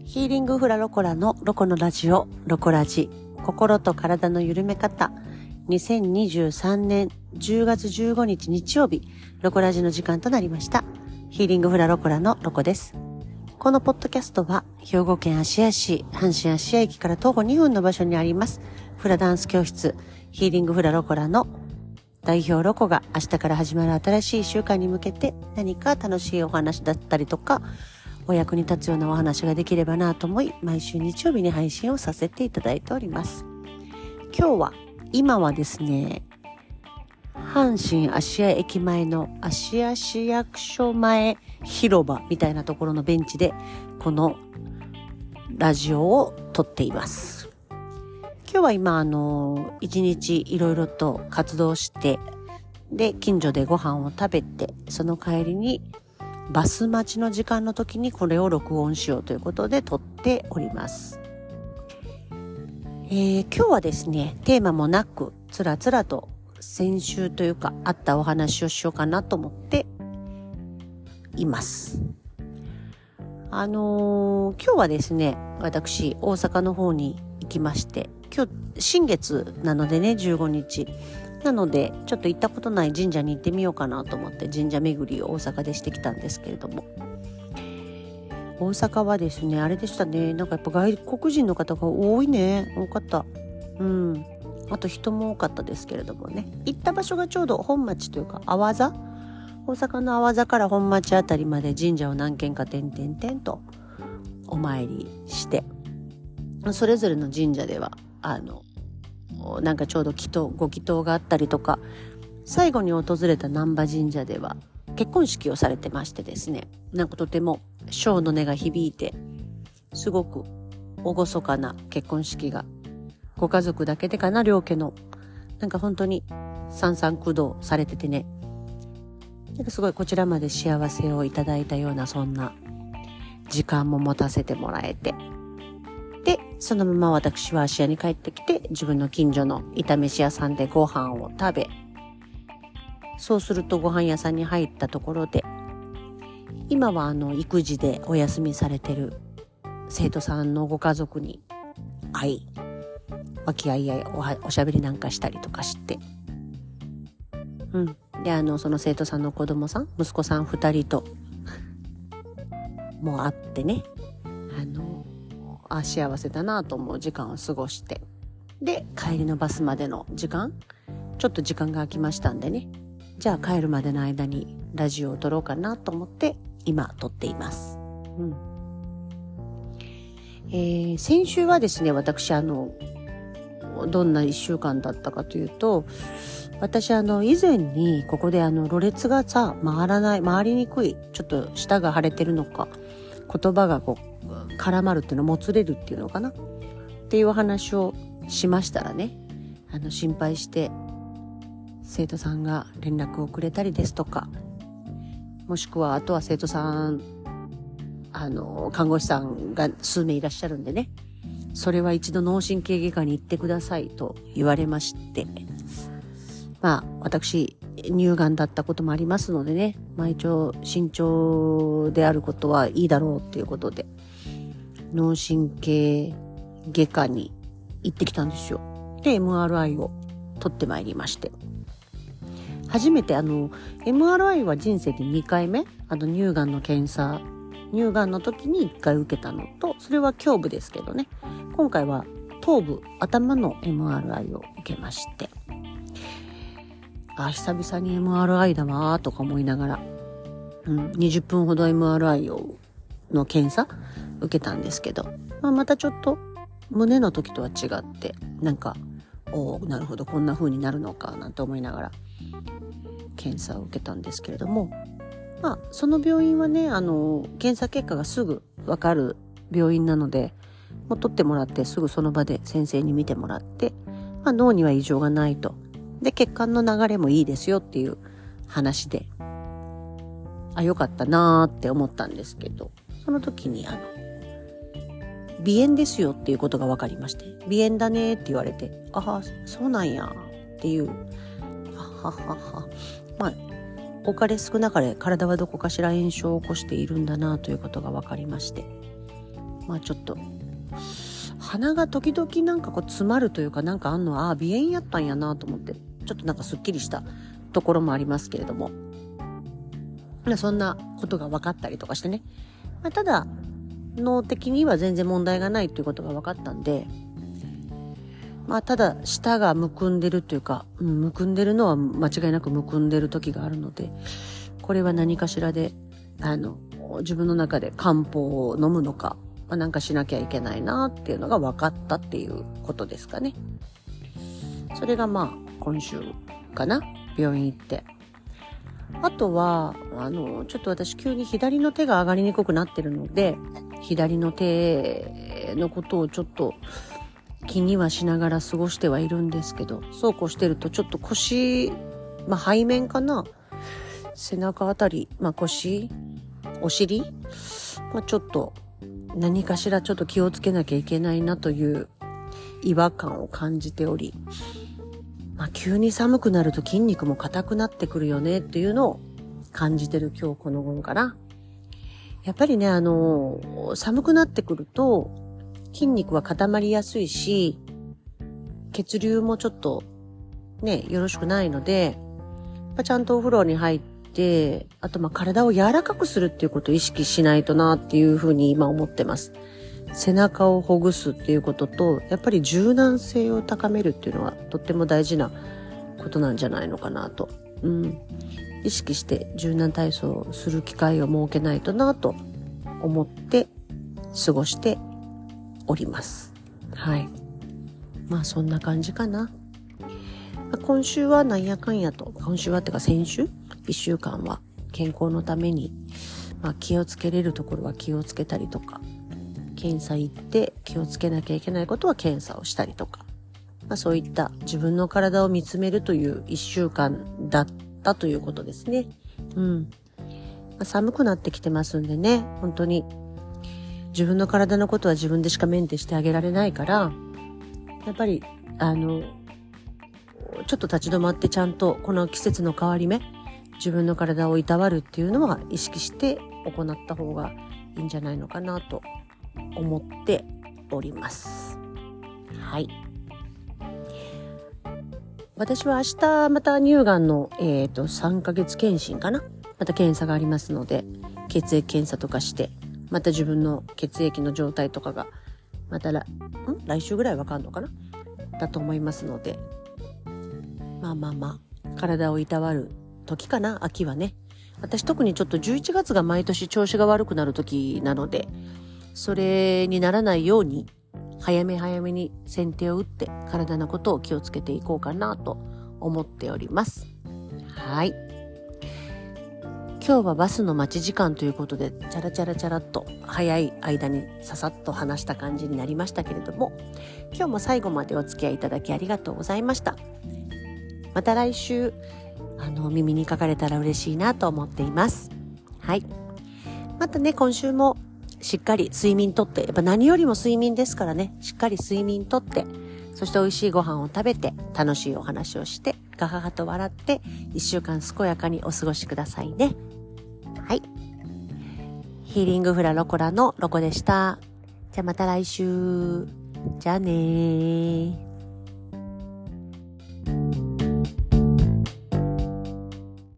ヒーリングフラロコラのロコのラジオ、ロコラジ。心と体の緩め方。2023年10月15日日曜日、ロコラジの時間となりました。ヒーリングフラロコラのロコです。このポッドキャストは、兵庫県芦屋市、阪神芦屋駅から徒歩2分の場所にあります、フラダンス教室、ヒーリングフラロコラの代表ロコが明日から始まる新しい1週間に向けて何か楽しいお話だったりとか、お役に立つようなお話ができればなと思い、毎週日曜日に配信をさせていただいております。今はですね、阪神芦屋駅前の芦屋市役所前広場みたいなところのベンチでこのラジオを撮っています。今日は今一日いろいろと活動して、で近所でご飯を食べて、その帰りにバス待ちの時間の時にこれを録音しようということで撮っております。今日はですね、テーマもなくつらつらと先週というかあったお話をしようかなと思っています。今日はですね、私大阪の方に行きまして、今日新月なのでね、15日なのでちょっと行ったことない神社に行ってみようかなと思って神社巡りを大阪でしてきたんですけれども、大阪はですね、あれでしたね、なんかやっぱ外国人の方が多いね。多かった。あと人も多かったですけれどもね、行った場所がちょうど本町というか大阪の阿波座から本町あたりまで神社を何軒か点々とお参りして、それぞれの神社ではなんかちょうどご祈祷があったりとか、最後に訪れた難波神社では結婚式をされてましてですね、なんかとても笙の音が響いて、すごく厳かな結婚式が、ご家族だけでかな、両家の、なんか本当に三々九度されててね、なんかすごいこちらまで幸せをいただいたような、そんな時間も持たせてもらえて、でそのまま私は芦屋に帰ってきて、自分の近所の炒飯屋さんでご飯を食べ、そうするとご飯屋さんに入ったところで、今は育児でお休みされてる生徒さんのご家族に和気あいあいおしゃべりなんかしたりとかして、でその生徒さんの子供さん、息子さん2人ともう会ってね、幸せだなと思う時間を過ごして、で帰りのバスまでの時間、ちょっと時間が空きましたんでね、じゃあ帰るまでの間にラジオを撮ろうかなと思って今撮っています。先週はですね、私どんな1週間だったかというと、私以前にここでろれつが回りにくい、ちょっと舌が腫れてるのか、言葉が絡まるっていうの、もつれるっていうのかなっていうお話をしましたらね、心配して生徒さんが連絡をくれたりですとか、もしくはあとは生徒さん看護師さんが数名いらっしゃるんでね、それは一度脳神経外科に行ってくださいと言われまして、私乳がんだったこともありますのでね、一応慎重であることはいいだろうっていうことで脳神経外科に行ってきたんですよ。で MRI を取ってまいりまして、初めてMRI は人生で2回目、乳がんの検査、乳がんの時に1回受けたのと、それは胸部ですけどね、今回は頭部、頭の MRI を受けまして、久々に MRI だなとか思いながら、20分ほど MRI の検査受けたんですけど、またちょっと胸の時とは違って、なんかなるほど、こんな風になるのかなんて思いながら検査を受けたんですけれども、その病院はね、検査結果がすぐわかる病院なので、もう取ってもらってすぐその場で先生に見てもらって、脳には異常がないと、で血管の流れもいいですよっていう話で、よかったなーって思ったんですけど、その時に鼻炎ですよっていうことが分かりまして、鼻炎だねって言われて、そうなんやっていう、多かれ少なかれ体はどこかしら炎症を起こしているんだなということが分かりまして、 ちょっと鼻が時々なんかこう詰まるというかなんかあんの鼻炎やったんやなと思ってちょっとなんかすっきりしたところもありますけれども、そんなことが分かったりとかしてね、ただ脳的には全然問題がないということが分かったんで、ただ舌がむくんでるというか、むくんでるのは間違いなくむくんでる時があるので、これは何かしらで自分の中で漢方を飲むのか、なんかしなきゃいけないなっていうのが分かったっていうことですかね。それが今週かな、病院行って。あとはちょっと私急に左の手が上がりにくくなってるので、左の手のことをちょっと気にはしながら過ごしてはいるんですけど、そうこうしてるとちょっと腰、背面かな、背中あたり、腰、お尻、ちょっと何かしらちょっと気をつけなきゃいけないなという違和感を感じており、急に寒くなると筋肉も硬くなってくるよねっていうのを感じてる今日この頃かな。やっぱりね、寒くなってくると筋肉は固まりやすいし、血流もちょっとね、よろしくないので、ちゃんとお風呂に入って、あと体を柔らかくするっていうことを意識しないとなっていうふうに今思ってます。背中をほぐすっていうことと、やっぱり柔軟性を高めるっていうのはとっても大事なことなんじゃないのかなと。意識して柔軟体操をする機会を設けないとなと思って過ごしております。はい。そんな感じかな。今週はなんやかんやと、今週はってか先週1週間は健康のために、気をつけれるところは気をつけたりとか、検査行って気をつけなきゃいけないことは検査をしたりとか、そういった自分の体を見つめるという1週間だったということですね。寒くなってきてますんでね、本当に自分の体のことは自分でしかメンテしてあげられないから、やっぱりちょっと立ち止まってちゃんとこの季節の変わり目、自分の体をいたわるっていうのは意識して行った方がいいんじゃないのかなと思っております。はい。私は明日また乳がんの3ヶ月検診かな、また検査がありますので、血液検査とかして、また自分の血液の状態とかがまた来週ぐらいわかんのかなだと思いますので、体をいたわる時かな、秋はね。私特にちょっと11月が毎年調子が悪くなる時なので、それにならないように早めに先手を打って体のことを気をつけていこうかなと思っております。はい。今日はバスの待ち時間ということで、チャラっと早い間にささっと話した感じになりましたけれども、今日も最後までお付き合いいただきありがとうございました。また来週お耳にかかれたら嬉しいなと思っています。はい。またね、今週もしっかり睡眠とって、やっぱ何よりも睡眠ですからね、しっかり睡眠とって、そして美味しいご飯を食べて、楽しいお話をして、ガハハと笑って、1週間健やかにお過ごしくださいね。はい。ヒーリングフラロコラのロコでした。じゃあまた来週。じゃあねー。